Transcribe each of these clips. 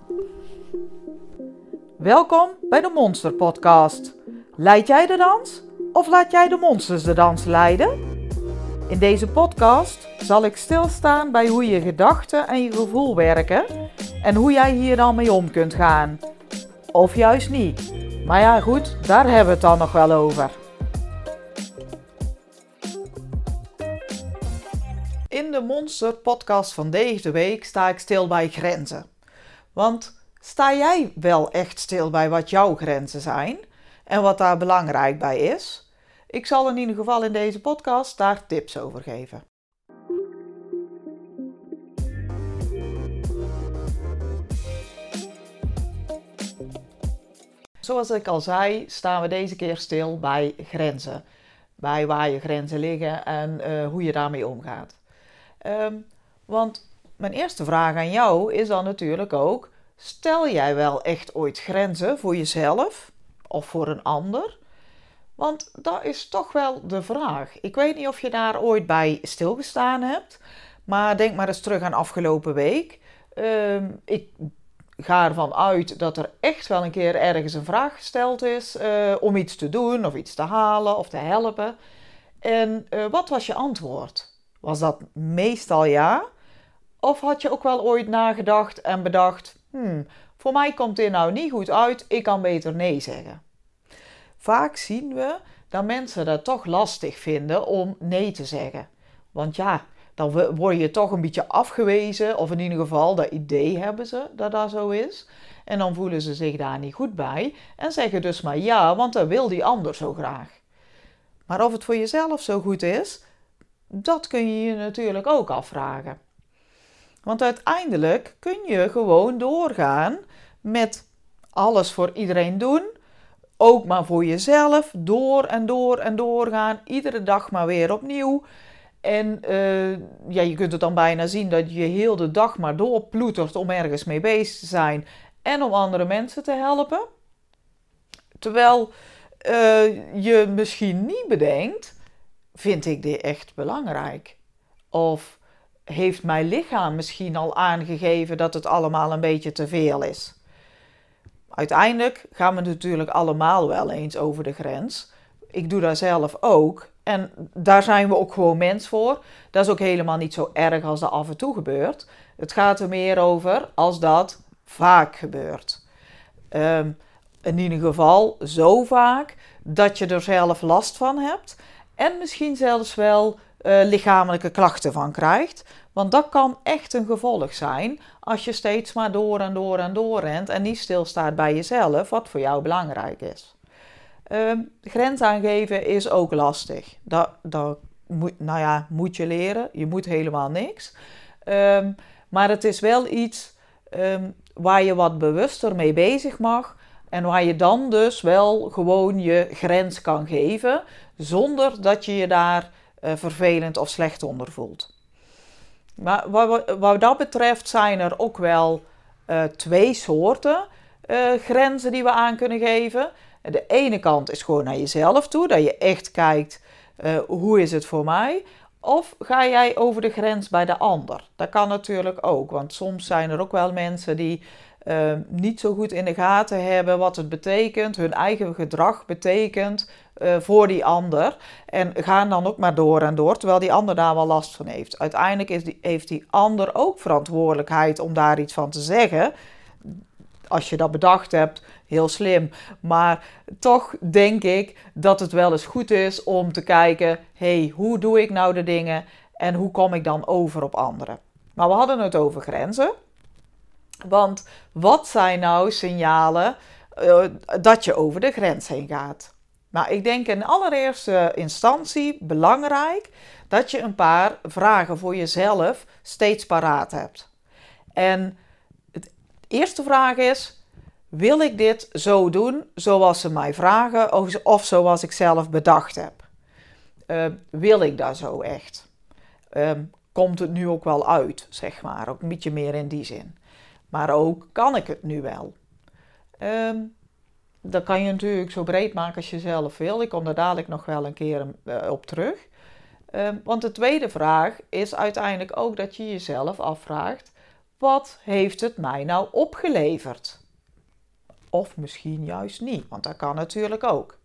Welkom bij de Monster Podcast. Leid jij de dans of laat jij de monsters de dans leiden? In deze podcast zal ik stilstaan bij hoe je gedachten en je gevoel werken en hoe jij hier dan mee om kunt gaan. Of juist niet. Maar ja goed, daar hebben we het dan nog wel over. In de Monster Podcast van deze week sta ik stil bij grenzen. Want sta jij wel echt stil bij wat jouw grenzen zijn en wat daar belangrijk bij is? Ik zal in ieder geval in deze podcast daar tips over geven. Zoals ik al zei, staan we deze keer stil bij grenzen. Bij waar je grenzen liggen en hoe je daarmee omgaat. Want mijn eerste vraag aan jou is dan natuurlijk ook: stel jij wel echt ooit grenzen voor jezelf of voor een ander? Want dat is toch wel de vraag. Ik weet niet of je daar ooit bij stilgestaan hebt, maar denk maar eens terug aan afgelopen week. Ik ga ervan uit dat er echt wel een keer ergens een vraag gesteld is om iets te doen of iets te halen of te helpen. En wat was je antwoord? Was dat meestal ja? Of had je ook wel ooit nagedacht en bedacht: voor mij komt dit nou niet goed uit, ik kan beter nee zeggen. Vaak zien we dat mensen dat toch lastig vinden om nee te zeggen. Want ja, dan word je toch een beetje afgewezen, of in ieder geval dat idee hebben ze dat dat zo is. En dan voelen ze zich daar niet goed bij en zeggen dus maar ja, want dat wil die ander zo graag. Maar of het voor jezelf zo goed is, dat kun je je natuurlijk ook afvragen. Want uiteindelijk kun je gewoon doorgaan met alles voor iedereen doen. Ook maar voor jezelf, door en door en doorgaan. Iedere dag maar weer opnieuw. En je kunt het dan bijna zien dat je heel de dag maar doorploetert om ergens mee bezig te zijn. En om andere mensen te helpen. Terwijl je misschien niet bedenkt: vind ik dit echt belangrijk? Of heeft mijn lichaam misschien al aangegeven dat het allemaal een beetje te veel is? Uiteindelijk gaan we natuurlijk allemaal wel eens over de grens. Ik doe dat zelf ook. En daar zijn we ook gewoon mens voor. Dat is ook helemaal niet zo erg als dat af en toe gebeurt. Het gaat er meer over als dat vaak gebeurt. In ieder geval zo vaak dat je er zelf last van hebt. En misschien zelfs wel lichamelijke klachten van krijgt. Want dat kan echt een gevolg zijn als je steeds maar door en door en door rent en niet stilstaat bij jezelf, wat voor jou belangrijk is. Grens aangeven is ook lastig. Dat moet je leren. Je moet helemaal niks. Maar het is wel iets waar je wat bewuster mee bezig mag. En waar je dan dus wel gewoon je grens kan geven, zonder dat je je daar vervelend of slecht onder voelt. Maar wat dat betreft zijn er ook wel twee soorten grenzen die we aan kunnen geven. De ene kant is gewoon naar jezelf toe, dat je echt kijkt: hoe is het voor mij? Of ga jij over de grens bij de ander? Dat kan natuurlijk ook, want soms zijn er ook wel mensen die niet zo goed in de gaten hebben wat het betekent, hun eigen gedrag betekent voor die ander. En gaan dan ook maar door en door, terwijl die ander daar wel last van heeft. Uiteindelijk heeft die ander ook verantwoordelijkheid om daar iets van te zeggen. Als je dat bedacht hebt, heel slim. Maar toch denk ik dat het wel eens goed is om te kijken: hoe doe ik nou de dingen en hoe kom ik dan over op anderen? Maar we hadden het over grenzen. Want wat zijn nou signalen dat je over de grens heen gaat? Nou, ik denk in allereerste instantie belangrijk dat je een paar vragen voor jezelf steeds paraat hebt. En de eerste vraag is: wil ik dit zo doen zoals ze mij vragen of zoals ik zelf bedacht heb? Wil ik dat zo echt? Komt het nu ook wel uit, zeg maar, ook een beetje meer in die zin. Maar ook, kan ik het nu wel? Dat kan je natuurlijk zo breed maken als je zelf wil. Ik kom daar dadelijk nog wel een keer op terug. Want de tweede vraag is uiteindelijk ook dat je jezelf afvraagt: wat heeft het mij nou opgeleverd? Of misschien juist niet, want dat kan natuurlijk ook.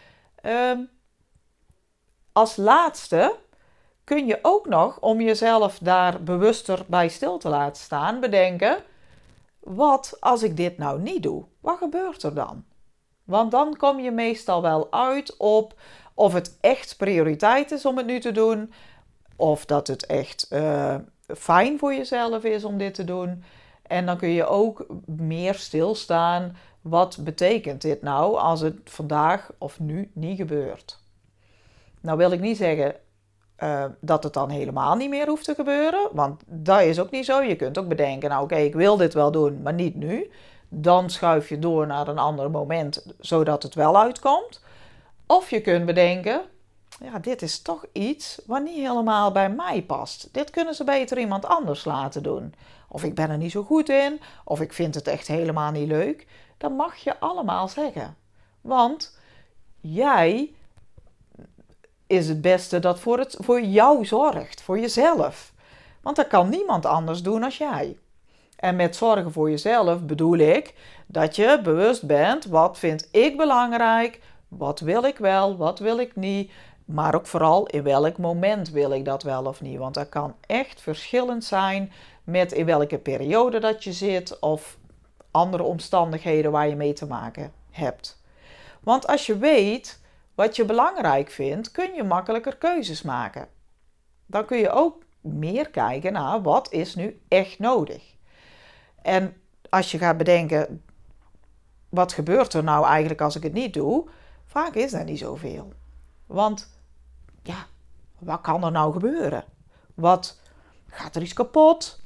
Als laatste kun je ook nog, om jezelf daar bewuster bij stil te laten staan, bedenken: wat als ik dit nou niet doe? Wat gebeurt er dan? Want dan kom je meestal wel uit op of het echt prioriteit is om het nu te doen, of dat het echt fijn voor jezelf is om dit te doen. En dan kun je ook meer stilstaan. Wat betekent dit nou als het vandaag of nu niet gebeurt? Nou wil ik niet zeggen dat het dan helemaal niet meer hoeft te gebeuren. Want dat is ook niet zo. Je kunt ook bedenken, nou oké, ik wil dit wel doen, maar niet nu. Dan schuif je door naar een ander moment, zodat het wel uitkomt. Of je kunt bedenken, ja, dit is toch iets wat niet helemaal bij mij past. Dit kunnen ze beter iemand anders laten doen. Of ik ben er niet zo goed in, of ik vind het echt helemaal niet leuk. Dat mag je allemaal zeggen. Want jij is het beste dat voor jou zorgt, voor jezelf. Want dat kan niemand anders doen als jij. En met zorgen voor jezelf bedoel ik dat je bewust bent, wat vind ik belangrijk, wat wil ik wel, wat wil ik niet, maar ook vooral in welk moment wil ik dat wel of niet. Want dat kan echt verschillend zijn met in welke periode dat je zit of andere omstandigheden waar je mee te maken hebt. Want als je weet wat je belangrijk vindt, kun je makkelijker keuzes maken. Dan kun je ook meer kijken naar wat is nu echt nodig. En als je gaat bedenken, wat gebeurt er nou eigenlijk als ik het niet doe? Vaak is dat niet zoveel. Want, ja, wat kan er nou gebeuren? Wat gaat er iets kapot?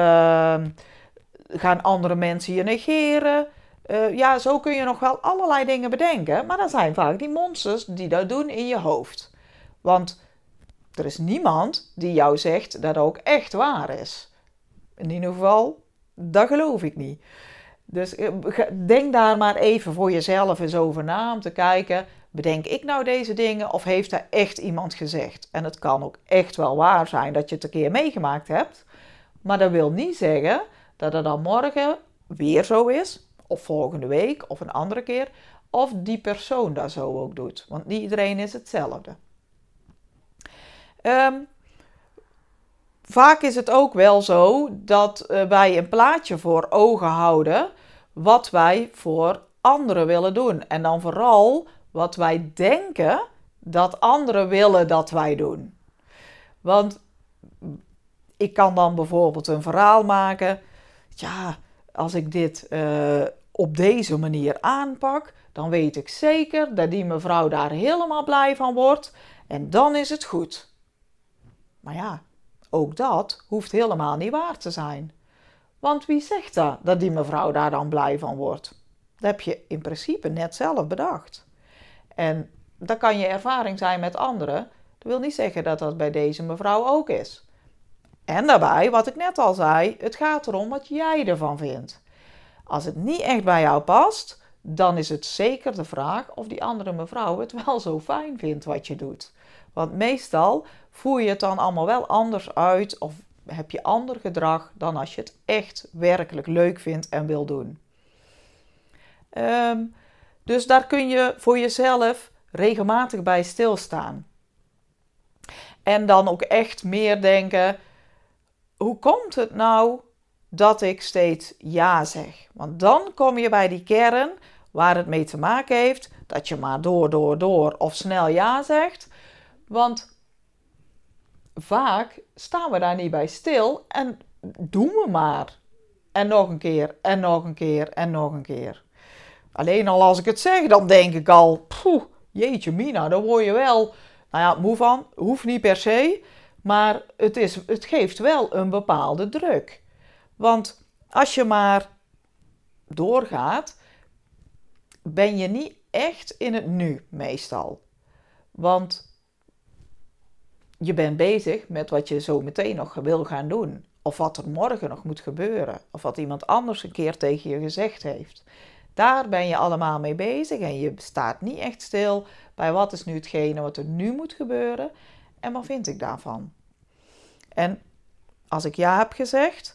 Gaan andere mensen je negeren? Ja, zo kun je nog wel allerlei dingen bedenken. Maar dat zijn vaak die monsters die dat doen in je hoofd. Want er is niemand die jou zegt dat ook echt waar is. In ieder geval, dat geloof ik niet. Dus denk daar maar even voor jezelf eens over na om te kijken, bedenk ik nou deze dingen of heeft daar echt iemand gezegd? En het kan ook echt wel waar zijn dat je het een keer meegemaakt hebt, maar dat wil niet zeggen dat het dan morgen weer zo is, of volgende week, of een andere keer, of die persoon dat zo ook doet. Want niet iedereen is hetzelfde. Vaak is het ook wel zo dat wij een plaatje voor ogen houden wat wij voor anderen willen doen. En dan vooral wat wij denken dat anderen willen dat wij doen. Want ik kan dan bijvoorbeeld een verhaal maken. Ja, als ik dit op deze manier aanpak, dan weet ik zeker dat die mevrouw daar helemaal blij van wordt. En dan is het goed. Maar ja, ook dat hoeft helemaal niet waar te zijn. Want wie zegt dat die mevrouw daar dan blij van wordt? Dat heb je in principe net zelf bedacht. En dat kan je ervaring zijn met anderen. Dat wil niet zeggen dat dat bij deze mevrouw ook is. En daarbij, wat ik net al zei, het gaat erom wat jij ervan vindt. Als het niet echt bij jou past, dan is het zeker de vraag of die andere mevrouw het wel zo fijn vindt wat je doet. Want meestal voer je het dan allemaal wel anders uit of heb je ander gedrag dan als je het echt werkelijk leuk vindt en wil doen. Dus daar kun je voor jezelf regelmatig bij stilstaan. En dan ook echt meer denken, hoe komt het nou dat ik steeds ja zeg? Want dan kom je bij die kern waar het mee te maken heeft dat je maar door of snel ja zegt. Want vaak staan we daar niet bij stil en doen we maar. En nog een keer, en nog een keer, en nog een keer. Alleen al als ik het zeg, dan denk ik al, jeetje mina, daar word je wel, nou ja, moe van. Hoeft niet per se, maar het geeft wel een bepaalde druk. Want als je maar doorgaat, ben je niet echt in het nu meestal. Want je bent bezig met wat je zo meteen nog wil gaan doen. Of wat er morgen nog moet gebeuren. Of wat iemand anders een keer tegen je gezegd heeft. Daar ben je allemaal mee bezig en je staat niet echt stil bij wat is nu hetgene wat er nu moet gebeuren en wat vind ik daarvan. En als ik ja heb gezegd,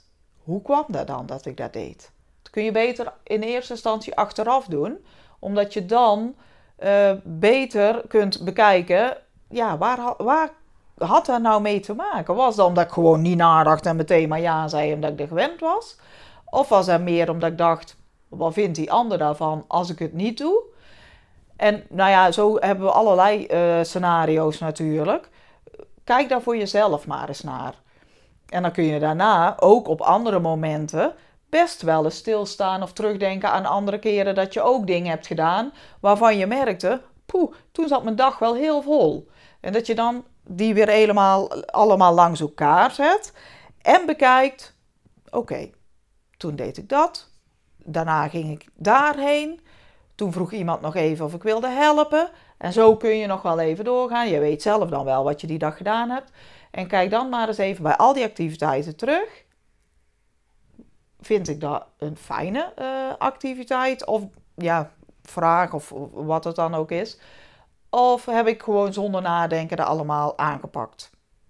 hoe kwam dat dan dat ik dat deed? Dat kun je beter in eerste instantie achteraf doen, omdat je dan beter kunt bekijken, ja, waar had dat nou mee te maken? Was dat omdat ik gewoon niet nadacht en meteen maar ja zei omdat ik er gewend was? Of was dat meer omdat ik dacht, wat vindt die ander daarvan als ik het niet doe? En nou ja, zo hebben we allerlei scenario's natuurlijk. Kijk daar voor jezelf maar eens naar. En dan kun je daarna ook op andere momenten best wel eens stilstaan of terugdenken aan andere keren dat je ook dingen hebt gedaan waarvan je merkte, toen zat mijn dag wel heel vol. En dat je dan die weer allemaal langs elkaar zet en bekijkt, oké, toen deed ik dat, daarna ging ik daarheen, toen vroeg iemand nog even of ik wilde helpen en zo kun je nog wel even doorgaan. Je weet zelf dan wel wat je die dag gedaan hebt en kijk dan maar eens even bij al die activiteiten terug. Vind ik dat een fijne activiteit of ja, vraag of wat het dan ook is? Of heb ik gewoon zonder nadenken dat allemaal aangepakt?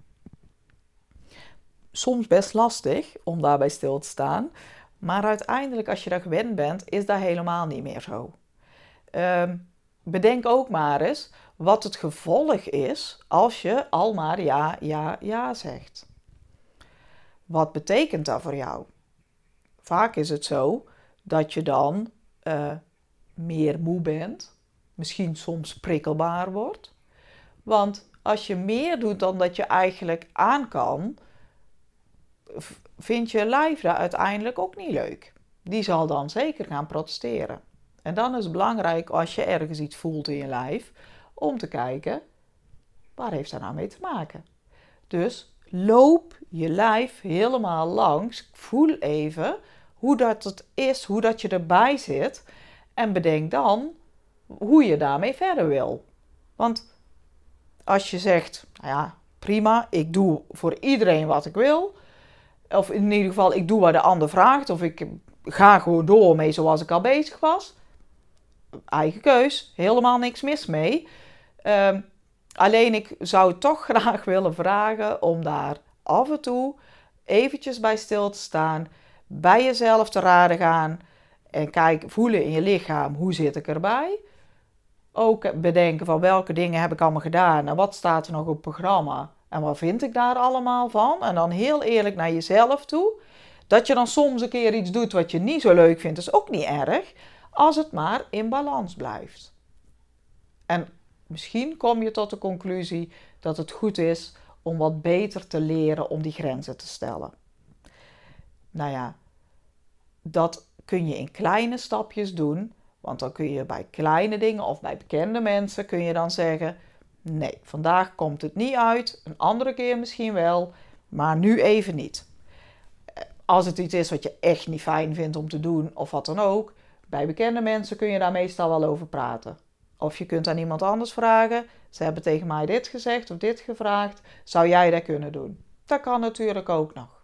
Soms best lastig om daarbij stil te staan. Maar uiteindelijk als je dat gewend bent, is dat helemaal niet meer zo. Bedenk ook maar eens wat het gevolg is als je al maar ja, ja, ja zegt. Wat betekent dat voor jou? Vaak is het zo dat je dan meer moe bent, misschien soms prikkelbaar wordt. Want als je meer doet dan dat je eigenlijk aan kan, vindt je lijf dat uiteindelijk ook niet leuk. Die zal dan zeker gaan protesteren. En dan is het belangrijk als je ergens iets voelt in je lijf, om te kijken, waar heeft dat nou mee te maken? Dus loop je lijf helemaal langs, voel even hoe dat het is, hoe dat je erbij zit en bedenk dan hoe je daarmee verder wil. Want als je zegt, nou ja, prima, ik doe voor iedereen wat ik wil, of in ieder geval ik doe wat de ander vraagt, of ik ga gewoon door mee zoals ik al bezig was, eigen keus, helemaal niks mis mee. Alleen ik zou toch graag willen vragen om daar af en toe eventjes bij stil te staan, bij jezelf te raden gaan en voelen in je lichaam, hoe zit ik erbij? Ook bedenken van welke dingen heb ik allemaal gedaan en wat staat er nog op het programma en wat vind ik daar allemaal van? En dan heel eerlijk naar jezelf toe. Dat je dan soms een keer iets doet wat je niet zo leuk vindt, is ook niet erg, als het maar in balans blijft. En misschien kom je tot de conclusie dat het goed is om wat beter te leren om die grenzen te stellen. Nou ja, dat kun je in kleine stapjes doen, want dan kun je bij kleine dingen of bij bekende mensen kun je dan zeggen, nee, vandaag komt het niet uit, een andere keer misschien wel, maar nu even niet. Als het iets is wat je echt niet fijn vindt om te doen of wat dan ook, bij bekende mensen kun je daar meestal wel over praten. Of je kunt aan iemand anders vragen, ze hebben tegen mij dit gezegd of dit gevraagd, zou jij dat kunnen doen? Dat kan natuurlijk ook nog.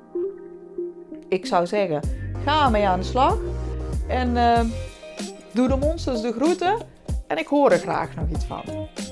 Ik zou zeggen, ga ermee aan de slag en doe de monsters de groeten en ik hoor er graag nog iets van.